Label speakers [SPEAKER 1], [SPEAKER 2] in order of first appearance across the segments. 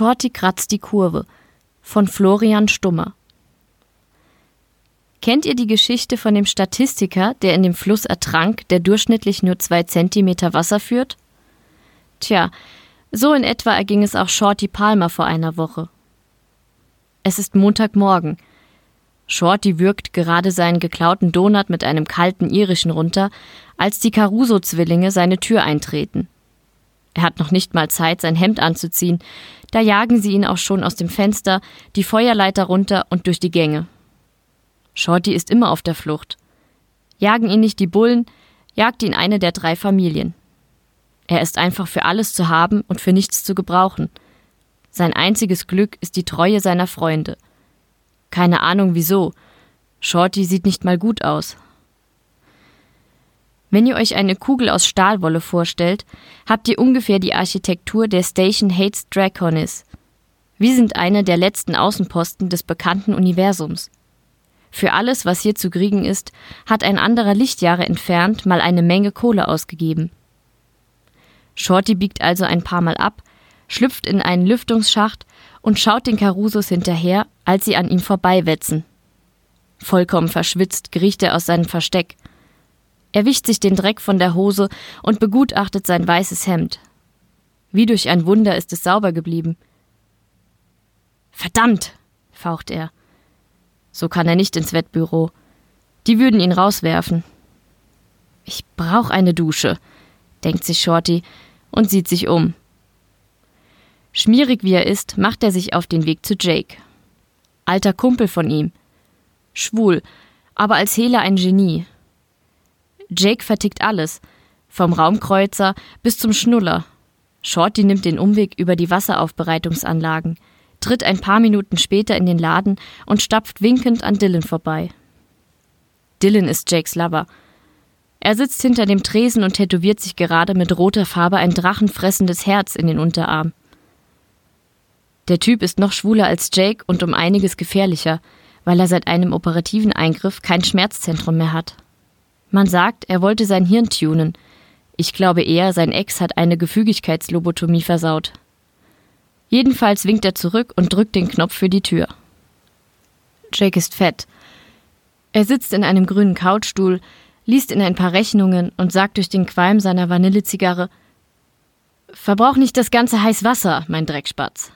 [SPEAKER 1] Shorty kratzt die Kurve von Florian Stummer. Kennt ihr die Geschichte von dem Statistiker, der in dem Fluss ertrank, der durchschnittlich nur 2 Zentimeter Wasser führt? Tja, so in etwa erging es auch Shorty Palmer vor einer Woche. Es ist Montagmorgen. Shorty würgt gerade seinen geklauten Donut mit einem kalten irischen runter, als die Caruso-Zwillinge seine Tür eintreten. Er hat noch nicht mal Zeit, sein Hemd anzuziehen, da jagen sie ihn auch schon aus dem Fenster, die Feuerleiter runter und durch die Gänge. Shorty ist immer auf der Flucht. Jagen ihn nicht die Bullen, jagt ihn eine der 3 Familien. Er ist einfach für alles zu haben und für nichts zu gebrauchen. Sein einziges Glück ist die Treue seiner Freunde. Keine Ahnung wieso. Shorty sieht nicht mal gut aus. Wenn ihr euch eine Kugel aus Stahlwolle vorstellt, habt ihr ungefähr die Architektur der Station Hates Draconis. Wir sind einer der letzten Außenposten des bekannten Universums. Für alles, was hier zu kriegen ist, hat ein anderer Lichtjahre entfernt mal eine Menge Kohle ausgegeben. Shorty biegt also ein paar Mal ab, schlüpft in einen Lüftungsschacht und schaut den Carusos hinterher, als sie an ihm vorbeiwetzen. Vollkommen verschwitzt kriecht er aus seinem Versteck. Er wischt sich den Dreck von der Hose und begutachtet sein weißes Hemd. Wie durch ein Wunder ist es sauber geblieben. »Verdammt«, faucht er. So kann er nicht ins Wettbüro. Die würden ihn rauswerfen. »Ich brauche eine Dusche«, denkt sich Shorty und sieht sich um. Schmierig wie er ist, macht er sich auf den Weg zu Jake. Alter Kumpel von ihm. Schwul, aber als Hehler ein Genie. Jake vertickt alles, vom Raumkreuzer bis zum Schnuller. Shorty nimmt den Umweg über die Wasseraufbereitungsanlagen, tritt ein paar Minuten später in den Laden und stapft winkend an Dylan vorbei. Dylan ist Jakes Lover. Er sitzt hinter dem Tresen und tätowiert sich gerade mit roter Farbe ein drachenfressendes Herz in den Unterarm. Der Typ ist noch schwuler als Jake und um einiges gefährlicher, weil er seit einem operativen Eingriff kein Schmerzzentrum mehr hat. Man sagt, er wollte sein Hirn tunen. Ich glaube eher, sein Ex hat eine Gefügigkeitslobotomie versaut. Jedenfalls winkt er zurück und drückt den Knopf für die Tür. Jake ist fett. Er sitzt in einem grünen Couchstuhl, liest in ein paar Rechnungen und sagt durch den Qualm seiner Vanillezigarre: »Verbrauch nicht das ganze heiß Wasser, mein Dreckspatz.«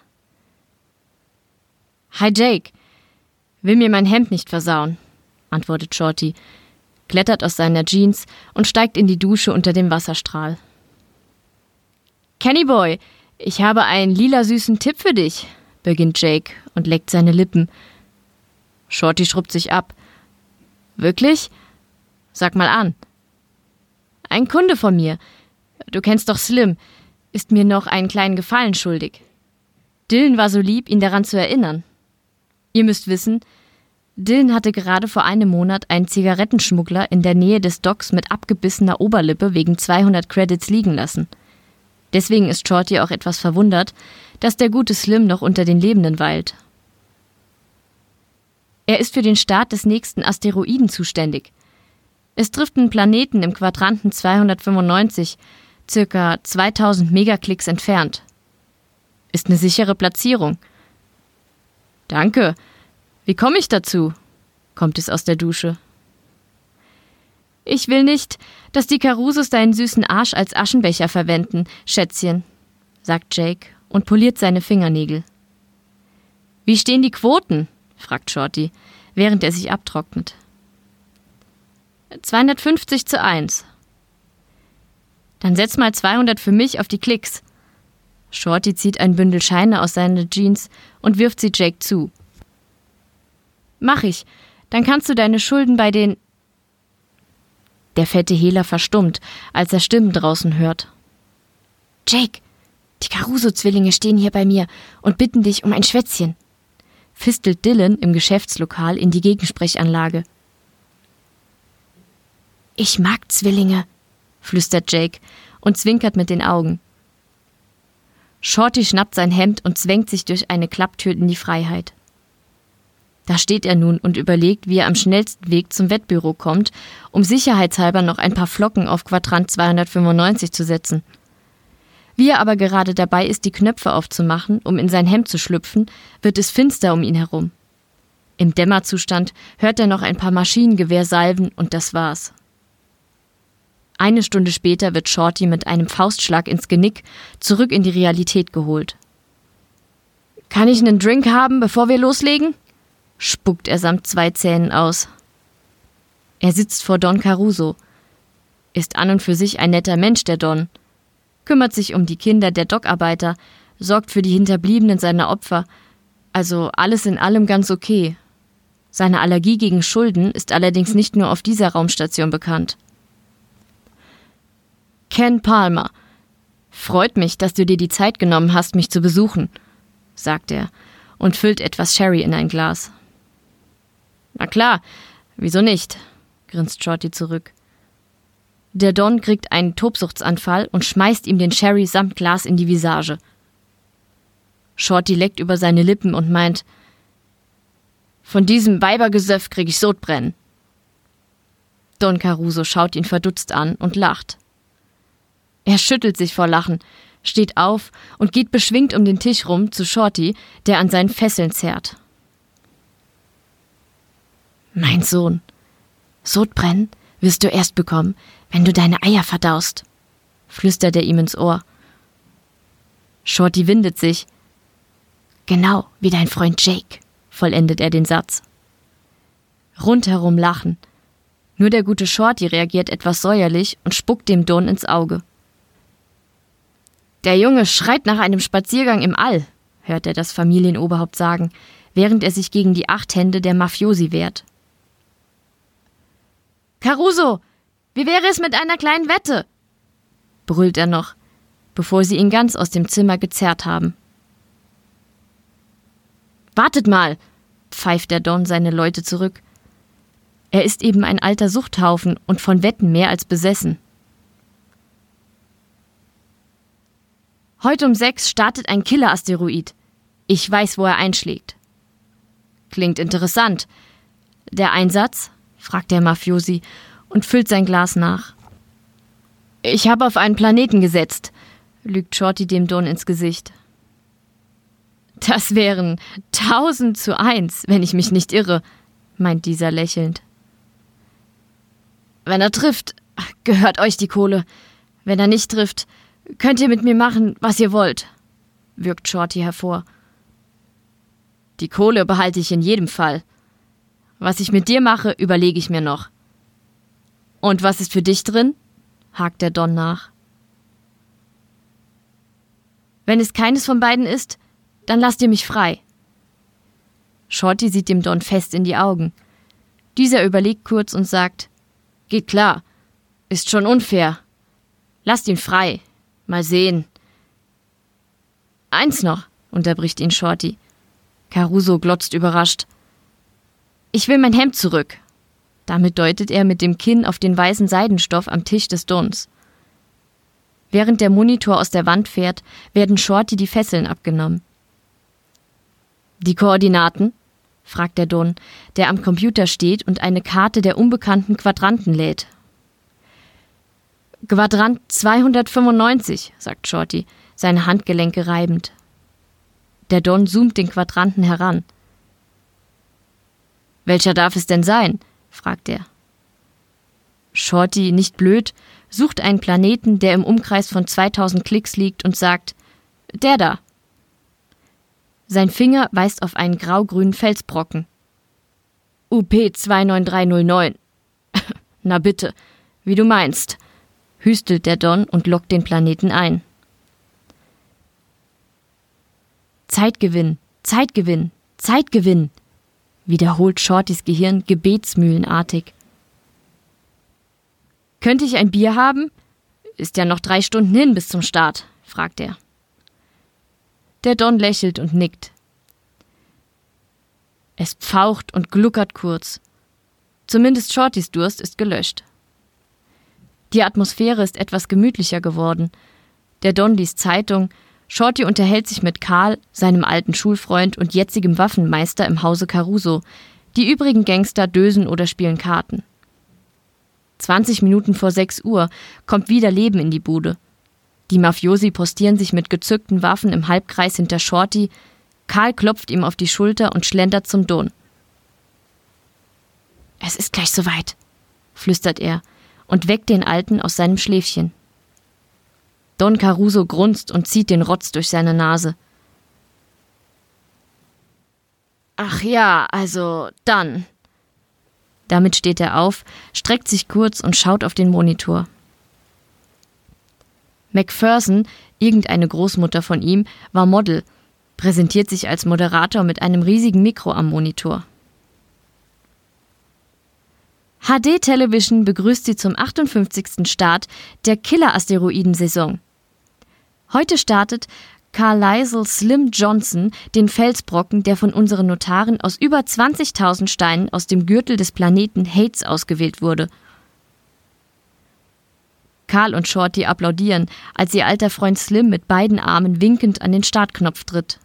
[SPEAKER 1] »Hi Jake, will mir mein Hemd nicht versauen«, antwortet Shorty, klettert aus seiner Jeans und steigt in die Dusche unter dem Wasserstrahl. »Kenny Boy, ich habe einen lila süßen Tipp für dich«, beginnt Jake und leckt seine Lippen. Shorty schrubbt sich ab. »Wirklich? Sag mal an.« »Ein Kunde von mir. Du kennst doch Slim. Ist mir noch einen kleinen Gefallen schuldig. Dylan war so lieb, ihn daran zu erinnern. Ihr müsst wissen, Dylan hatte gerade vor einem Monat einen Zigarettenschmuggler in der Nähe des Docks mit abgebissener Oberlippe wegen 200 Credits liegen lassen. Deswegen ist Shorty auch etwas verwundert, dass der gute Slim noch unter den Lebenden weilt. Er ist für den Start des nächsten Asteroiden zuständig. Es trifft einen Planeten im Quadranten 295, circa 2000 Megaklicks entfernt. Ist eine sichere Platzierung. »Danke. Wie komme ich dazu?«, kommt es aus der Dusche. »Ich will nicht, dass die Carusos deinen süßen Arsch als Aschenbecher verwenden, Schätzchen«, sagt Jake und poliert seine Fingernägel. »Wie stehen die Quoten?«, fragt Shorty, während er sich abtrocknet. 250:1. »Dann setz mal 200 für mich auf die Klicks.« Shorty zieht ein Bündel Scheine aus seiner Jeans und wirft sie Jake zu. »Mach ich. Dann kannst du deine Schulden bei den...« Der fette Hehler verstummt, als er Stimmen draußen hört. »Jake, die Caruso-Zwillinge stehen hier bei mir und bitten dich um ein Schwätzchen«, fistelt Dylan im Geschäftslokal in die Gegensprechanlage. »Ich mag Zwillinge«, flüstert Jake und zwinkert mit den Augen. Shorty schnappt sein Hemd und zwängt sich durch eine Klapptür in die Freiheit. Da steht er nun und überlegt, wie er am schnellsten Weg zum Wettbüro kommt, um sicherheitshalber noch ein paar Flocken auf Quadrant 295 zu setzen. Wie er aber gerade dabei ist, die Knöpfe aufzumachen, um in sein Hemd zu schlüpfen, wird es finster um ihn herum. Im Dämmerzustand hört er noch ein paar Maschinengewehrsalven und das war's. Eine Stunde später wird Shorty mit einem Faustschlag ins Genick zurück in die Realität geholt. »Kann ich einen Drink haben, bevor wir loslegen?« spuckt er samt 2 Zähnen aus. Er sitzt vor Don Caruso. Ist an und für sich ein netter Mensch, der Don. Kümmert sich um die Kinder der Dockarbeiter, sorgt für die Hinterbliebenen seiner Opfer. Also alles in allem ganz okay. Seine Allergie gegen Schulden ist allerdings nicht nur auf dieser Raumstation bekannt. »Ken Palmer, freut mich, dass du dir die Zeit genommen hast, mich zu besuchen«, sagt er und füllt etwas Sherry in ein Glas. »Na klar, wieso nicht?«, grinst Shorty zurück. Der Don kriegt einen Tobsuchtsanfall und schmeißt ihm den Sherry samt Glas in die Visage. Shorty leckt über seine Lippen und meint, »Von diesem Weibergesöff krieg ich Sodbrennen.« Don Caruso schaut ihn verdutzt an und lacht. Er schüttelt sich vor Lachen, steht auf und geht beschwingt um den Tisch rum zu Shorty, der an seinen Fesseln zerrt. »Mein Sohn, Sodbrennen wirst du erst bekommen, wenn du deine Eier verdaust«, flüstert er ihm ins Ohr. Shorty windet sich. »Genau wie dein Freund Jake«, vollendet er den Satz. Rundherum lachen. Nur der gute Shorty reagiert etwas säuerlich und spuckt dem Don ins Auge. »Der Junge schreit nach einem Spaziergang im All«, hört er das Familienoberhaupt sagen, während er sich gegen die 8 Hände der Mafiosi wehrt. »Caruso, wie wäre es mit einer kleinen Wette?«, brüllt er noch, bevor sie ihn ganz aus dem Zimmer gezerrt haben. »Wartet mal«, pfeift der Don seine Leute zurück. Er ist eben ein alter Suchthaufen und von Wetten mehr als besessen. »Heute um 6 startet ein Killer-Asteroid. Ich weiß, wo er einschlägt.« »Klingt interessant. Der Einsatz?«, fragt der Mafiosi und füllt sein Glas nach. »Ich habe auf einen Planeten gesetzt«, lügt Shorty dem Don ins Gesicht. »Das wären 1000:1, wenn ich mich nicht irre«, meint dieser lächelnd. »Wenn er trifft, gehört euch die Kohle. Wenn er nicht trifft, könnt ihr mit mir machen, was ihr wollt«, wirkt Shorty hervor. »Die Kohle behalte ich in jedem Fall. Was ich mit dir mache, überlege ich mir noch.« »Und was ist für dich drin?«, hakt der Don nach. »Wenn es keines von beiden ist, dann lasst ihr mich frei.« Shorty sieht dem Don fest in die Augen. Dieser überlegt kurz und sagt, »Geht klar. Ist schon unfair. Lasst ihn frei. Mal sehen.« »Eins noch«, unterbricht ihn Shorty. Caruso glotzt überrascht. »Ich will mein Hemd zurück.« Damit deutet er mit dem Kinn auf den weißen Seidenstoff am Tisch des Dons. Während der Monitor aus der Wand fährt, werden Shorty die Fesseln abgenommen. »Die Koordinaten?«, fragt der Don, der am Computer steht und eine Karte der unbekannten Quadranten lädt. »Quadrant 295«, sagt Shorty, seine Handgelenke reibend. Der Don zoomt den Quadranten heran. »Welcher darf es denn sein?«, fragt er. Shorty, nicht blöd, sucht einen Planeten, der im Umkreis von 2000 Klicks liegt und sagt, »Der da.« Sein Finger weist auf einen grau-grünen Felsbrocken. »UP 29309. Na bitte, wie du meinst«, hüstelt der Don und lockt den Planeten ein. »Zeitgewinn, Zeitgewinn, Zeitgewinn«, wiederholt Shortys Gehirn gebetsmühlenartig. »Könnte ich ein Bier haben? Ist ja noch 3 Stunden hin bis zum Start«, fragt er. Der Don lächelt und nickt. Es pfaucht und gluckert kurz. Zumindest Shortys Durst ist gelöscht. Die Atmosphäre ist etwas gemütlicher geworden. Der Don liest Zeitung, Shorty unterhält sich mit Karl, seinem alten Schulfreund und jetzigem Waffenmeister im Hause Caruso. Die übrigen Gangster dösen oder spielen Karten. 20 Minuten vor 6 Uhr kommt wieder Leben in die Bude. Die Mafiosi postieren sich mit gezückten Waffen im Halbkreis hinter Shorty. Carl klopft ihm auf die Schulter und schlendert zum Don. »Es ist gleich soweit«, flüstert er und weckt den Alten aus seinem Schläfchen. Don Caruso grunzt und zieht den Rotz durch seine Nase. »Ach ja, also dann.« Damit steht er auf, streckt sich kurz und schaut auf den Monitor. McPherson, irgendeine Großmutter von ihm, war Model, präsentiert sich als Moderator mit einem riesigen Mikro am Monitor. HD Television begrüßt Sie zum 58. Start der Killer-Asteroiden-Saison. Heute startet Carlisle Slim Johnson den Felsbrocken, der von unseren Notaren aus über 20.000 Steinen aus dem Gürtel des Planeten Hates ausgewählt wurde. Carl und Shorty applaudieren, als ihr alter Freund Slim mit beiden Armen winkend an den Startknopf tritt.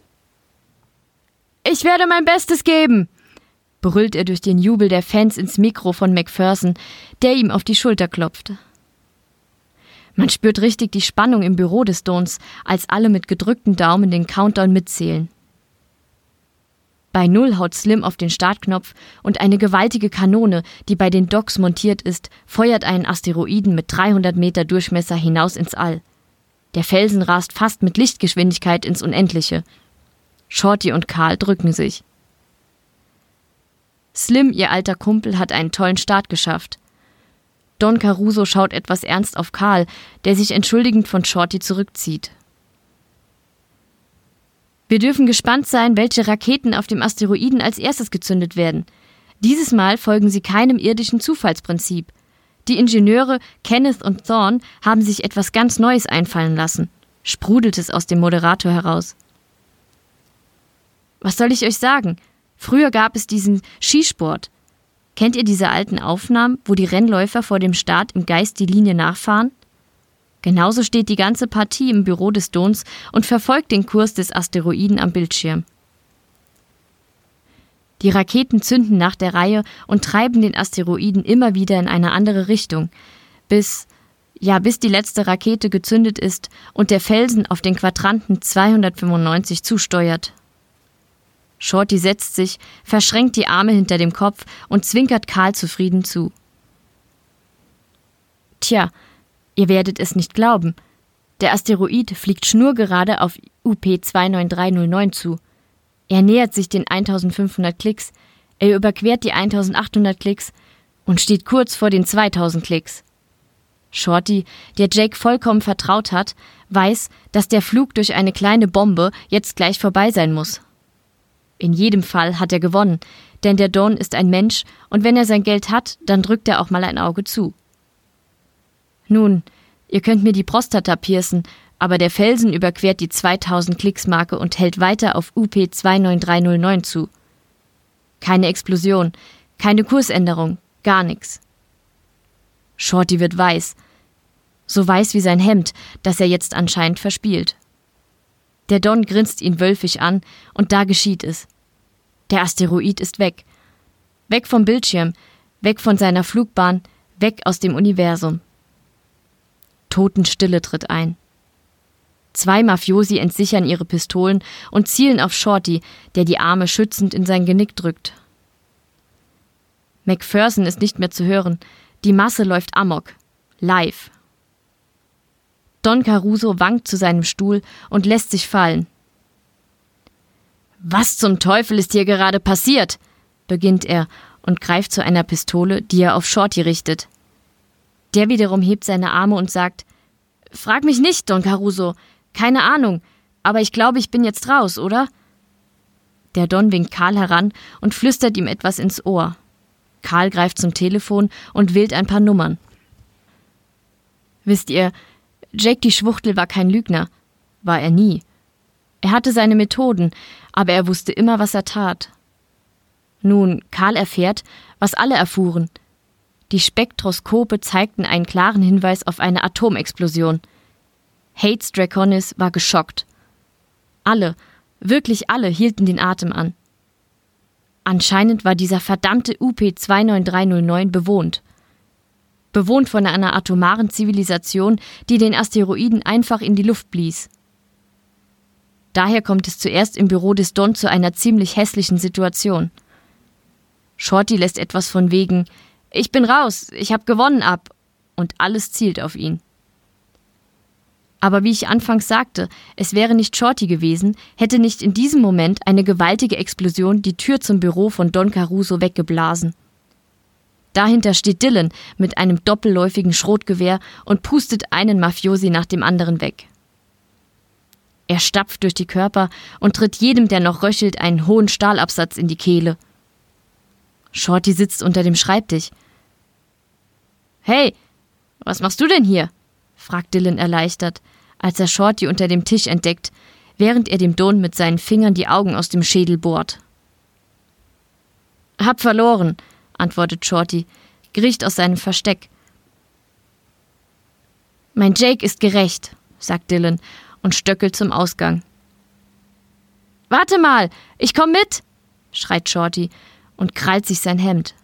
[SPEAKER 1] »Ich werde mein Bestes geben«, brüllt er durch den Jubel der Fans ins Mikro von McPherson, der ihm auf die Schulter klopft. Man spürt richtig die Spannung im Büro des Dons, als alle mit gedrückten Daumen den Countdown mitzählen. Bei 0 haut Slim auf den Startknopf und eine gewaltige Kanone, die bei den Docks montiert ist, feuert einen Asteroiden mit 300 Meter Durchmesser hinaus ins All. Der Felsen rast fast mit Lichtgeschwindigkeit ins Unendliche. Shorty und Carl drücken sich. Slim, ihr alter Kumpel, hat einen tollen Start geschafft. Don Caruso schaut etwas ernst auf Carl, der sich entschuldigend von Shorty zurückzieht. Wir dürfen gespannt sein, welche Raketen auf dem Asteroiden als erstes gezündet werden. Dieses Mal folgen sie keinem irdischen Zufallsprinzip. Die Ingenieure Kenneth und Thorne haben sich etwas ganz Neues einfallen lassen, sprudelt es aus dem Moderator heraus. Was soll ich euch sagen? Früher gab es diesen Skisport. Kennt ihr diese alten Aufnahmen, wo die Rennläufer vor dem Start im Geist die Linie nachfahren? Genauso steht die ganze Partie im Büro des Dons und verfolgt den Kurs des Asteroiden am Bildschirm. Die Raketen zünden nach der Reihe und treiben den Asteroiden immer wieder in eine andere Richtung, bis die letzte Rakete gezündet ist und der Felsen auf den Quadranten 295 zusteuert. Shorty setzt sich, verschränkt die Arme hinter dem Kopf und zwinkert Carl zufrieden zu. Tja, ihr werdet es nicht glauben. Der Asteroid fliegt schnurgerade auf UP 29309 zu. Er nähert sich den 1500 Klicks, er überquert die 1800 Klicks und steht kurz vor den 2000 Klicks. Shorty, der Jake vollkommen vertraut hat, weiß, dass der Flug durch eine kleine Bombe jetzt gleich vorbei sein muss. In jedem Fall hat er gewonnen, denn der Don ist ein Mensch und wenn er sein Geld hat, dann drückt er auch mal ein Auge zu. Nun, ihr könnt mir die Prostata piercen, aber der Felsen überquert die 2000 Klicks-Marke und hält weiter auf UP 29309 zu. Keine Explosion, keine Kursänderung, gar nichts. Shorty wird weiß. So weiß wie sein Hemd, das er jetzt anscheinend verspielt. Der Don grinst ihn wölfisch an und da geschieht es. Der Asteroid ist weg. Weg vom Bildschirm, weg von seiner Flugbahn, weg aus dem Universum. Totenstille tritt ein. 2 Mafiosi entsichern ihre Pistolen und zielen auf Shorty, der die Arme schützend in sein Genick drückt. McPherson ist nicht mehr zu hören. Die Masse läuft amok. Live. Don Caruso wankt zu seinem Stuhl und lässt sich fallen. »Was zum Teufel ist hier gerade passiert?« beginnt er und greift zu einer Pistole, die er auf Shorty richtet. Der wiederum hebt seine Arme und sagt, »Frag mich nicht, Don Caruso. Keine Ahnung, aber ich glaube, ich bin jetzt raus, oder?« Der Don winkt Carl heran und flüstert ihm etwas ins Ohr. Carl greift zum Telefon und wählt ein paar Nummern. »Wisst ihr, Jake die Schwuchtel war kein Lügner. War er nie. Er hatte seine Methoden, aber er wusste immer, was er tat. Nun, Carl erfährt, was alle erfuhren. Die Spektroskope zeigten einen klaren Hinweis auf eine Atomexplosion. Hates Draconis war geschockt. Alle, wirklich alle, hielten den Atem an. Anscheinend war dieser verdammte UP 29309 bewohnt. bewohnt von einer atomaren Zivilisation, die den Asteroiden einfach in die Luft blies. Daher kommt es zuerst im Büro des Don zu einer ziemlich hässlichen Situation. Shorty lässt etwas von wegen »Ich bin raus, ich hab gewonnen« ab und alles zielt auf ihn. Aber wie ich anfangs sagte, es wäre nicht Shorty gewesen, hätte nicht in diesem Moment eine gewaltige Explosion die Tür zum Büro von Don Caruso weggeblasen. Dahinter steht Dylan mit einem doppelläufigen Schrotgewehr und pustet einen Mafiosi nach dem anderen weg. Er stapft durch die Körper und tritt jedem, der noch röchelt, einen hohen Stahlabsatz in die Kehle. Shorty sitzt unter dem Schreibtisch. »Hey, was machst du denn hier?« fragt Dylan erleichtert, als er Shorty unter dem Tisch entdeckt, während er dem Don mit seinen Fingern die Augen aus dem Schädel bohrt. »Hab verloren«, antwortet Shorty, kriecht aus seinem Versteck. »Mein Jake ist gerecht«, sagt Dylan und stöckelt zum Ausgang. »Warte mal, ich komm mit«, schreit Shorty und krallt sich sein Hemd.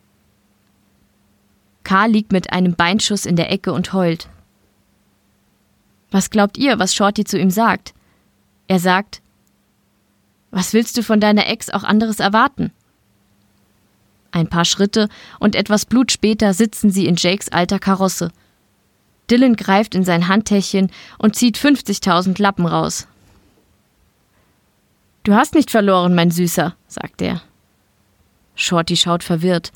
[SPEAKER 1] Carl liegt mit einem Beinschuss in der Ecke und heult. Was glaubt ihr, was Shorty zu ihm sagt? Er sagt, »Was willst du von deiner Ex auch anderes erwarten?« Ein paar Schritte und etwas Blut später sitzen sie in Jakes alter Karosse. Dylan greift in sein Handtäschchen und zieht 50.000 Lappen raus. »Du hast nicht verloren, mein Süßer«, sagt er. Shorty schaut verwirrt.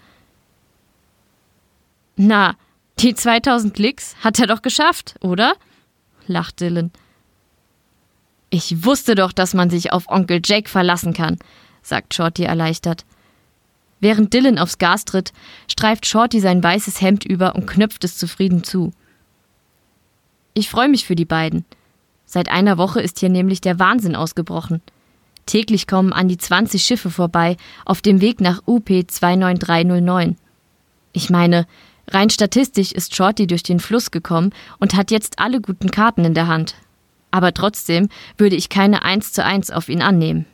[SPEAKER 1] »Na, die 2.000 Klicks hat er doch geschafft, oder?« lacht Dylan. »Ich wusste doch, dass man sich auf Onkel Jake verlassen kann«, sagt Shorty erleichtert. Während Dylan aufs Gas tritt, streift Shorty sein weißes Hemd über und knöpft es zufrieden zu. Ich freue mich für die beiden. Seit einer Woche ist hier nämlich der Wahnsinn ausgebrochen. Täglich kommen an die 20 Schiffe vorbei, auf dem Weg nach UP 29309. Ich meine, rein statistisch ist Shorty durch den Fluss gekommen und hat jetzt alle guten Karten in der Hand. Aber trotzdem würde ich keine 1:1 auf ihn annehmen.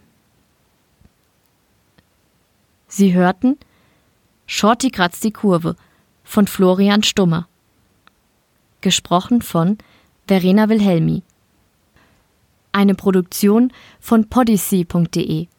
[SPEAKER 1] Sie hörten Shorty kratzt die Kurve von Florian Stummer. Gesprochen von Verena Wilhelmi. Eine Produktion von podyssey.de